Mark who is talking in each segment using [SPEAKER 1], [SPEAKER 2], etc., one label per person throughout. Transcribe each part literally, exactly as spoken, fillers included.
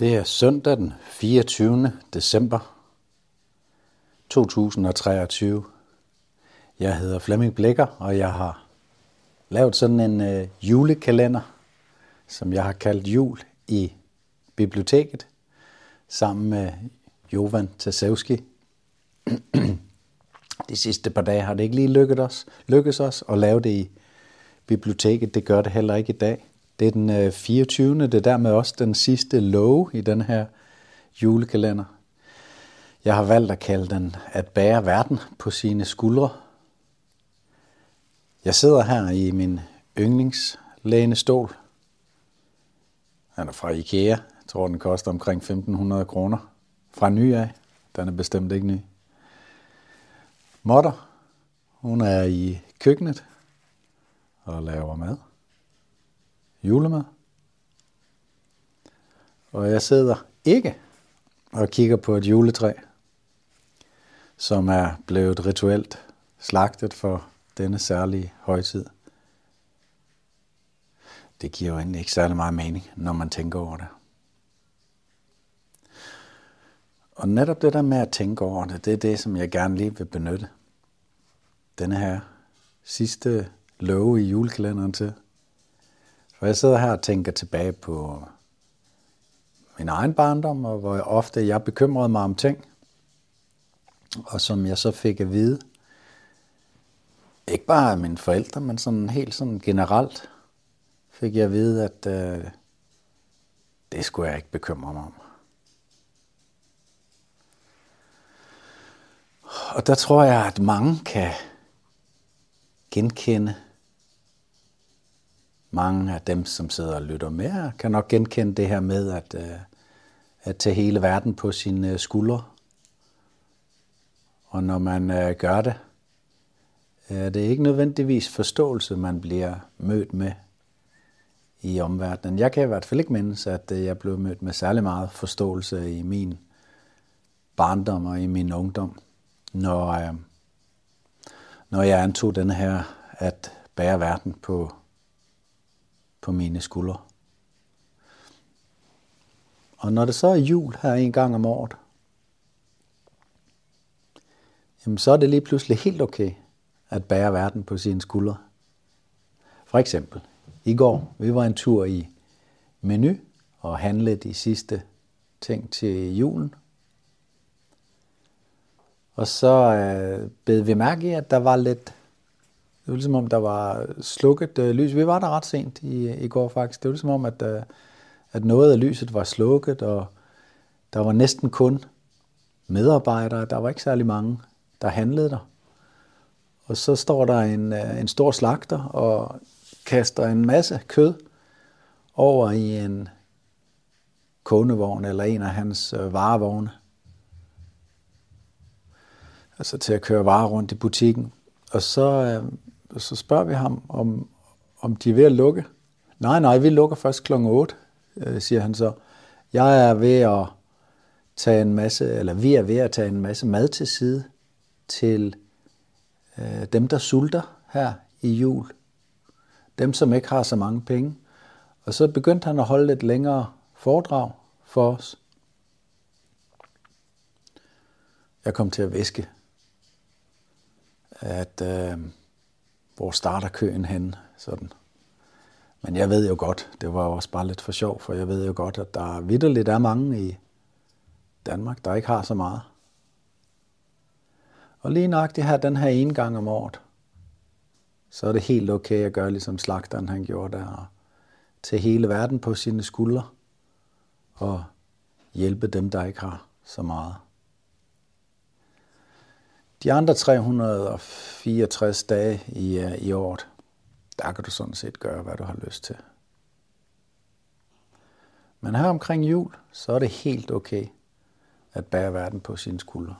[SPEAKER 1] Det er søndag den fireogtyvende december to tusind og treogtyve. Jeg hedder Flemming Blikker, og jeg har lavet sådan en øh, julekalender, som jeg har kaldt Jul i biblioteket, sammen med Jovan Tasevski. De sidste par dage har det ikke lige lykkedes os, lykkedes os at lave det i biblioteket. Det gør det heller ikke i dag. Det er den fireogtyvende Det er dermed også den sidste love i den her julekalender. Jeg har valgt at kalde den At bære verden på sine skuldre. Jeg sidder her i min yndlingslænestol. Den er fra IKEA. Jeg tror, den koster omkring femten hundrede kroner. Fra ny af. Den er bestemt ikke ny. Motter, hun er i køkkenet og laver mad. Julemad. Og jeg sidder ikke og kigger på et juletræ, som er blevet rituelt slagtet for denne særlige højtid. Det giver jo egentlig ikke særlig meget mening, når man tænker over det. Og netop det der med at tænke over det, det er det, som jeg gerne lige vil benytte denne her sidste love i julekalenderen til. For jeg sidder her og tænker tilbage på min egen barndom, og hvor ofte jeg bekymrede mig om ting, og som jeg så fik at vide, ikke bare af mine forældre, men sådan helt sådan generelt, fik jeg at vide, at øh, det skulle jeg ikke bekymre mig om. Og der tror jeg, at mange kan genkende, mange af dem, som sidder og lytter med, kan nok genkende det her med at, at tage hele verden på sine skuldre. Og når man gør det, er det ikke nødvendigvis forståelse, man bliver mødt med i omverdenen. Jeg kan i hvert fald ikke mindes, at jeg blev mødt med særlig meget forståelse i min barndom og i min ungdom, når, når jeg antog denne her at bære verden på på mine skuldre. Og når det så er jul her en gang om året, jamen så er det lige pludselig helt okay at bære verden på sine skuldre. For eksempel, i går, vi var en tur i Menu og handlede de sidste ting til julen. Og så øh, bed vi mærke i, at der var lidt Det var ligesom om, der var slukket øh, lys. Vi var der ret sent i, i går faktisk. Det var ligesom om, at, øh, at noget af lyset var slukket, og der var næsten kun medarbejdere. Der var ikke særlig mange, der handlede der. Og så står der en, øh, en stor slagter og kaster en masse kød over i en kogevogn eller en af hans øh, varevogne. Altså til at køre varer rundt i butikken. Og så, øh, så spørger vi ham, om, om de er ved at lukke. Nej, nej, vi lukker først klokken otte, øh, siger han så. Jeg er ved at tage en masse, eller vi er ved at tage en masse mad til side til øh, dem, der sulter her i jul. Dem, som ikke har så mange penge. Og så begyndte han at holde et længere foredrag for os. Jeg kom til at hviske, at øh, hvor starter køen henne, sådan. Men jeg ved jo godt, det var også bare lidt for sjov, for jeg ved jo godt, at der vitterligt er mange i Danmark, der ikke har så meget. Og lige nøjagtigt her, den her ene gang om året, så er det helt okay at gøre, ligesom slagteren han gjorde der, og tage hele verden på sine skuldre, og hjælpe dem, der ikke har så meget. De andre tre hundrede og fireogtres dage i, i året, der kan du sådan set gøre, hvad du har lyst til. Men her omkring jul, så er det helt okay at bære verden på sine skuldre.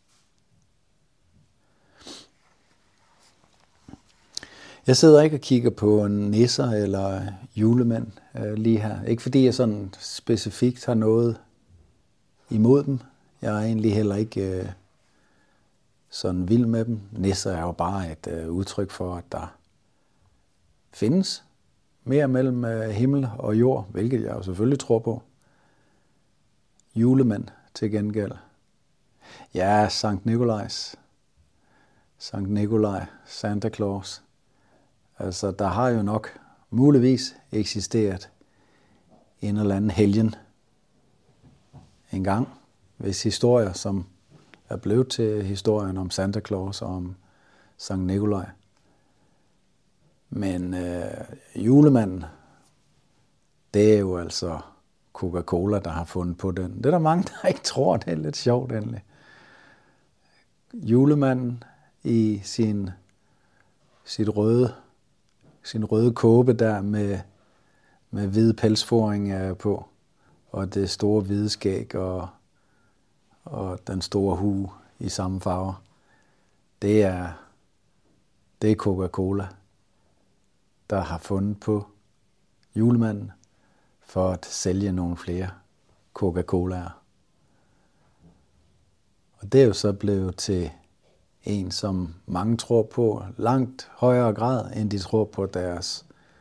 [SPEAKER 1] Jeg sidder ikke og kigger på nisser eller julemænd øh, lige her. Ikke fordi jeg sådan specifikt har noget imod dem. Jeg er egentlig heller ikke Øh, sådan vild med dem. Nisser er jo bare et øh, udtryk for, at der findes mere mellem øh, himmel og jord, hvilket jeg jo selvfølgelig tror på. julemænd til gengæld. Ja, Sankt Nikolajs. Sankt Nikolaj, Santa Claus. Altså, der har jo nok muligvis eksisteret en eller anden helgen en gang, hvis historier, som er blevet til historien om Santa Claus og om Sankt Nikolaj. Men øh, julemanden, det er jo altså Coca-Cola, der har fundet på den. Det er der mange, der ikke tror, det er lidt sjovt endelig. Julemanden i sin, sit røde, sin røde kåbe der med, med hvid pelsforing på, og det store hvide skæg og, og den store hue i samme farver. Det er, det er Coca-Cola, der har fundet på julemanden for at sælge nogle flere Coca-Colaer. Og det er jo så blevet til en, som mange tror på langt højere grad, end de tror på deres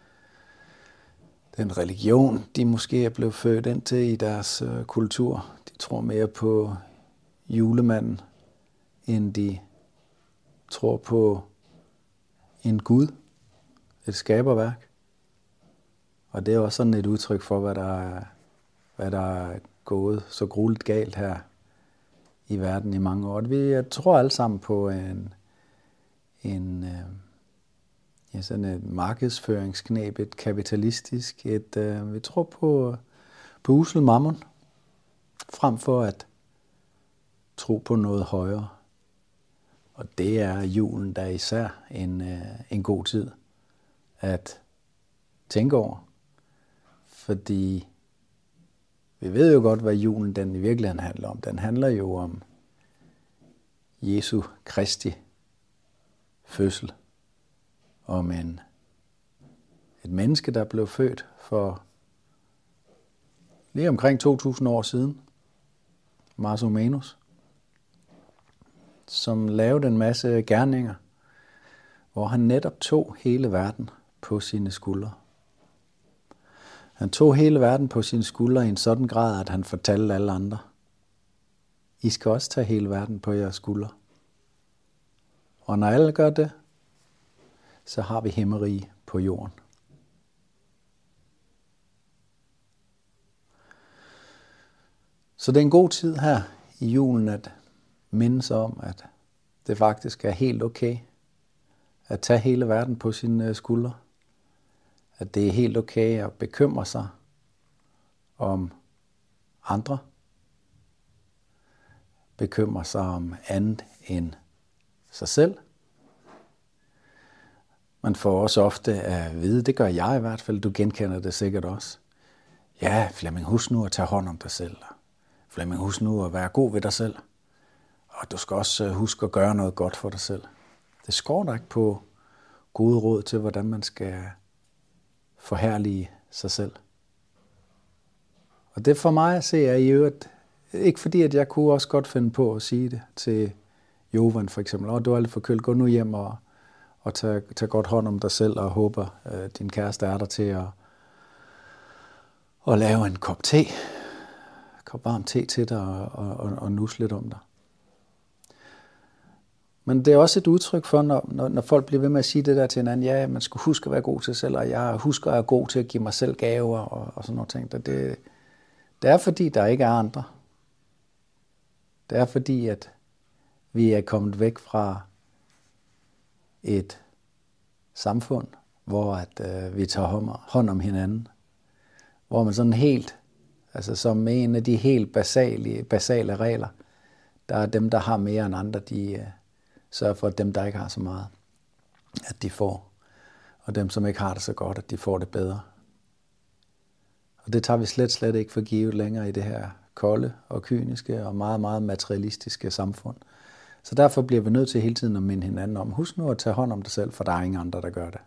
[SPEAKER 1] den religion, de måske er blevet født ind til i deres øh, kultur. De tror mere på julemanden, end de tror på en Gud, et skaberværk. Og det er også sådan et udtryk for, hvad der er, hvad der er gået så grueligt galt her i verden i mange år. Vi tror alle sammen på en, en ja, sådan et markedsføringskneb, et kapitalistisk, et, uh, vi tror på, på usel mammon, frem for at tro på noget højere. Og det er julen, der er især en, uh, en god tid at tænke over. Fordi vi ved jo godt, hvad julen den i virkeligheden handler om. Den handler jo om Jesu Kristi fødsel. Om en, et menneske, der blev født for lige omkring to tusind år siden. Mars o menos. Som lavede en masse gerninger, hvor han netop tog hele verden på sine skuldre. Han tog hele verden på sine skuldre i en sådan grad, at han fortalte alle andre, I skal også tage hele verden på jeres skuldre. Og når alle gør det, så har vi himmerige på jorden. Så det er en god tid her i julen at mindes om, at det faktisk er helt okay at tage hele verden på sine skuldre. At det er helt okay at bekymre sig om andre. Bekymre sig om andet end sig selv. Man får også ofte at vide, det gør jeg i hvert fald, du genkender det sikkert også. Ja, Flemming, husk nu at tage hånd om dig selv. Flemming, husk nu at være god ved dig selv. Og du skal også huske at gøre noget godt for dig selv. Det skorter ikke på gode råd til, hvordan man skal forherlige sig selv. Og det for mig at se er i øvrigt, ikke fordi, at jeg kunne også godt finde på at sige det til Jovan for eksempel. Åh, du er lidt forkølet, gå nu hjem og, og tag, tag godt hånd om dig selv og håber, at din kæreste er der til at, at lave en kop te. En kop varm te til dig og, og, og, og nus lidt om dig. Men det er også et udtryk for, når, når, når folk bliver ved med at sige det der til hinanden, ja, man skal huske at være god til sig selv, og jeg husker at være god til at give mig selv gaver og, og sådan noget ting. Det, det er fordi, der ikke er andre. Det er fordi, at vi er kommet væk fra et samfund, hvor at, øh, vi tager hånd om hinanden. Hvor man sådan helt, altså som en af de helt basale, basale regler, der er dem, der har mere end andre, de øh, sørger for, at dem, der ikke har så meget, at de får. Og dem, som ikke har det så godt, at de får det bedre. Og det tager vi slet, slet ikke for givet længere i det her kolde og kyniske og meget, meget materialistiske samfund. Så derfor bliver vi nødt til hele tiden at minde hinanden om, husk nu at tage hånd om dig selv, for der er ingen andre, der gør det.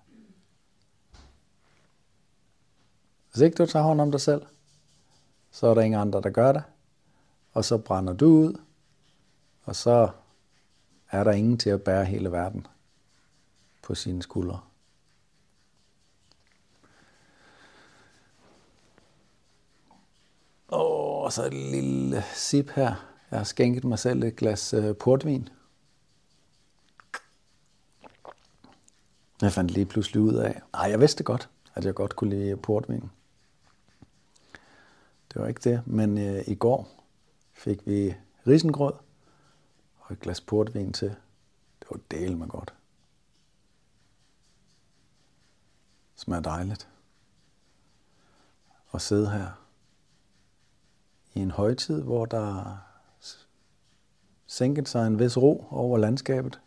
[SPEAKER 1] Hvis ikke du tager hånd om dig selv, så er der ingen andre, der gør det. Og så brænder du ud, og så er der ingen til at bære hele verden på sine skuldre. Åh, Og så et lille sip her. Jeg har skænket mig selv et glas øh, portvin. Jeg fandt lige pludselig ud af, nej, jeg vidste godt, at jeg godt kunne lide portvin. Det var ikke det, men øh, i går fik vi risengrød og et glas portvin til. Det var dælme godt. Smager dejligt. Og sidde her i en højtid, hvor der sænket sig en vis ro over landskabet.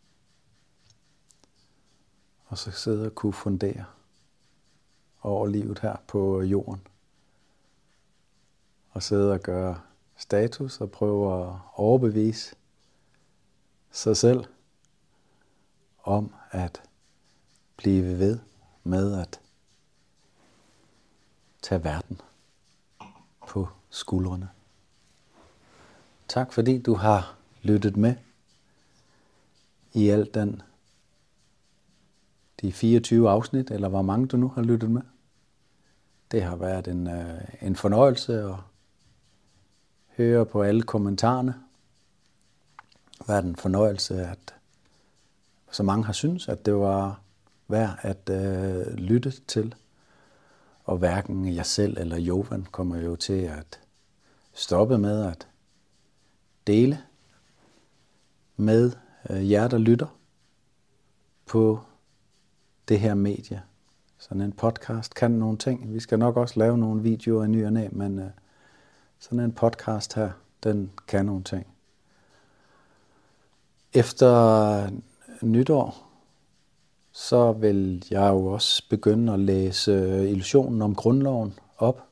[SPEAKER 1] Og så sidde og kunne fundere over livet her på jorden. Og sidde og gøre status og prøve at overbevise sig selv om at blive ved med at tage verden på skuldrene. Tak fordi du har lyttet med i alt den de fireogtyve afsnit, eller hvor mange du nu har lyttet med. Det har været en, en fornøjelse at høre på alle kommentarerne. Det har været en fornøjelse, at så mange har syntes, at det var værd at øh, lytte til. Og hverken jeg selv eller Jovan kommer jo til at stoppe med at dele med øh, jer, der lytter på det her medie. Sådan en podcast kan nogle ting. Vi skal nok også lave nogle videoer i ny og næ, men øh, sådan en podcast her, den kan nogle ting. Efter nytår, så vil jeg jo også begynde at læse Illusionen om grundloven op.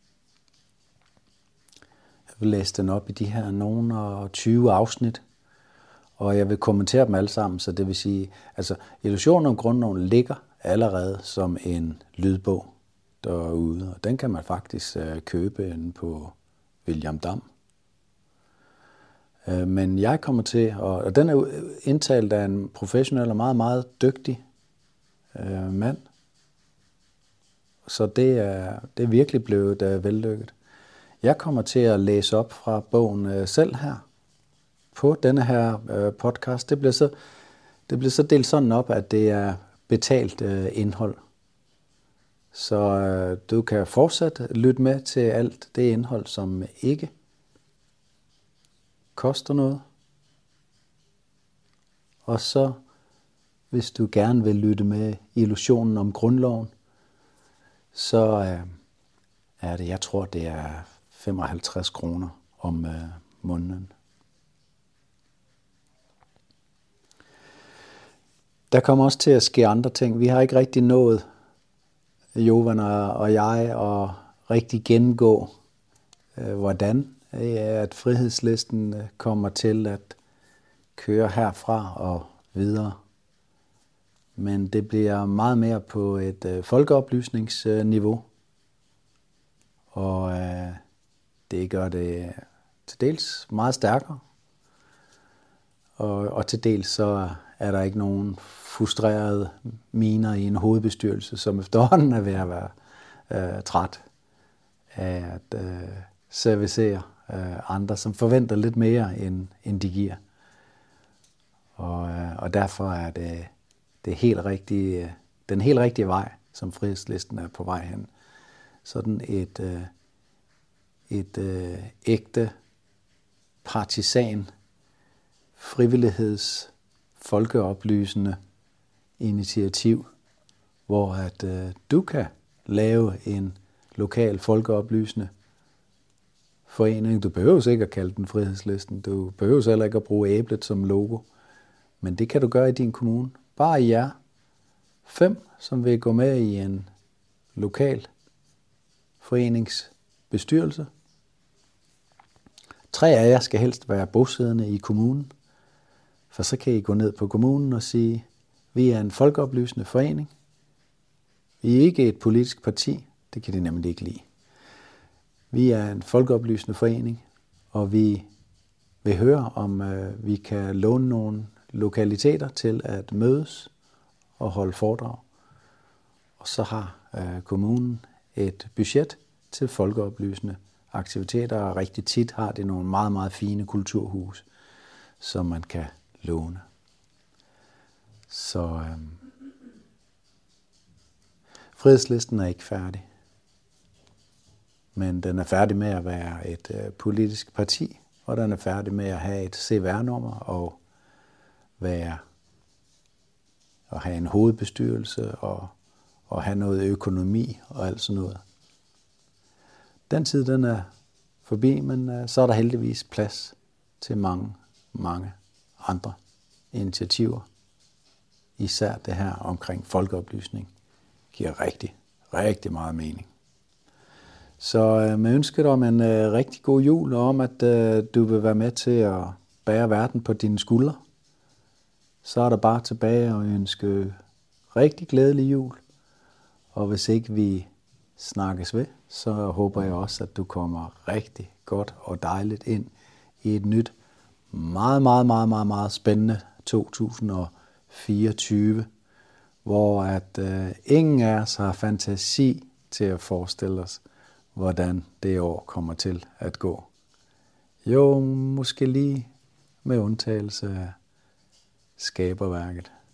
[SPEAKER 1] Jeg vil læse den op i de her nogle og tyve afsnit, og jeg vil kommentere dem alle sammen, så det vil sige, altså Illusionen om grundloven ligger allerede som en lydbog derude, og den kan man faktisk købe inde på William Dam. Men jeg kommer til, og den er indtalt af en professionel og meget, meget dygtig øh, mand. Så det er, det er virkelig blevet uh, vellykket. Jeg kommer til at læse op fra bogen uh, selv her, på denne her uh, podcast. Det bliver, så, det bliver så delt sådan op, at det er betalt uh, indhold. Så uh, du kan fortsat lytte med til alt det indhold, som ikke koster noget. Og så, hvis du gerne vil lytte med Illusionen om grundloven, så øh, er det, jeg tror, det er femoghalvtreds kroner om øh, måneden. Der kommer også til at ske andre ting. Vi har ikke rigtig nået, Jovan og jeg, at rigtig gennemgå, øh, hvordan at Frihedslisten kommer til at køre herfra og videre. Men det bliver meget mere på et øh, folkeoplysningsniveau. Og øh, det gør det til dels meget stærkere. Og, og til dels så er der ikke nogen frustrerede miner i en hovedbestyrelse, som efterhånden er ved at være øh, træt af at øh, servicere øh, andre, som forventer lidt mere, end, end de giver. Og, øh, og derfor er det, det helt rigtige, den helt rigtige vej, som Frihedslisten er på vej hen. Sådan et, øh, et øh, ægte partisan, frivilligheds, folkeoplysende initiativ, hvor at øh, du kan lave en lokal folkeoplysende forening. Du behøver ikke at kalde den Frihedslisten. Du behøver heller ikke at bruge æblet som logo. Men det kan du gøre i din kommune. Bare i jer fem, som vil gå med i en lokal foreningsbestyrelse. Tre af jer skal helst være bosiddende i kommunen. For så kan I gå ned på kommunen og sige, vi er en folkeoplysende forening. Vi er ikke et politisk parti. Det kan de nemlig ikke lide. Vi er en folkeoplysende forening, og vi vil høre, om øh, vi kan låne nogle lokaliteter til at mødes og holde foredrag. Og så har øh, kommunen et budget til folkeoplysende aktiviteter, og rigtig tit har det nogle meget, meget fine kulturhus, som man kan låne. Så øhm, Frihedslisten er ikke færdig, men den er færdig med at være et øh, politisk parti, og den er færdig med at have et C V R-nummer og være og have en hovedbestyrelse og, og have noget økonomi og alt sådan noget. Den tid, den er forbi, men øh, så er der heldigvis plads til mange, mange andre initiativer. Især det her omkring folkeoplysning giver rigtig, rigtig meget mening. Så øh, med ønsket om en øh, rigtig god jul, og om at øh, du vil være med til at bære verden på dine skuldre, så er der bare tilbage at ønske rigtig glædelig jul. Og hvis ikke vi snakkes ved, så håber jeg også, at du kommer rigtig godt og dejligt ind i et nyt, meget, meget, meget, meget, meget spændende to tusind fireogtyve, hvor at øh, ingen af os har fantasi til at forestille os, hvordan det år kommer til at gå. Jo, måske lige med undtagelse af skaberværket.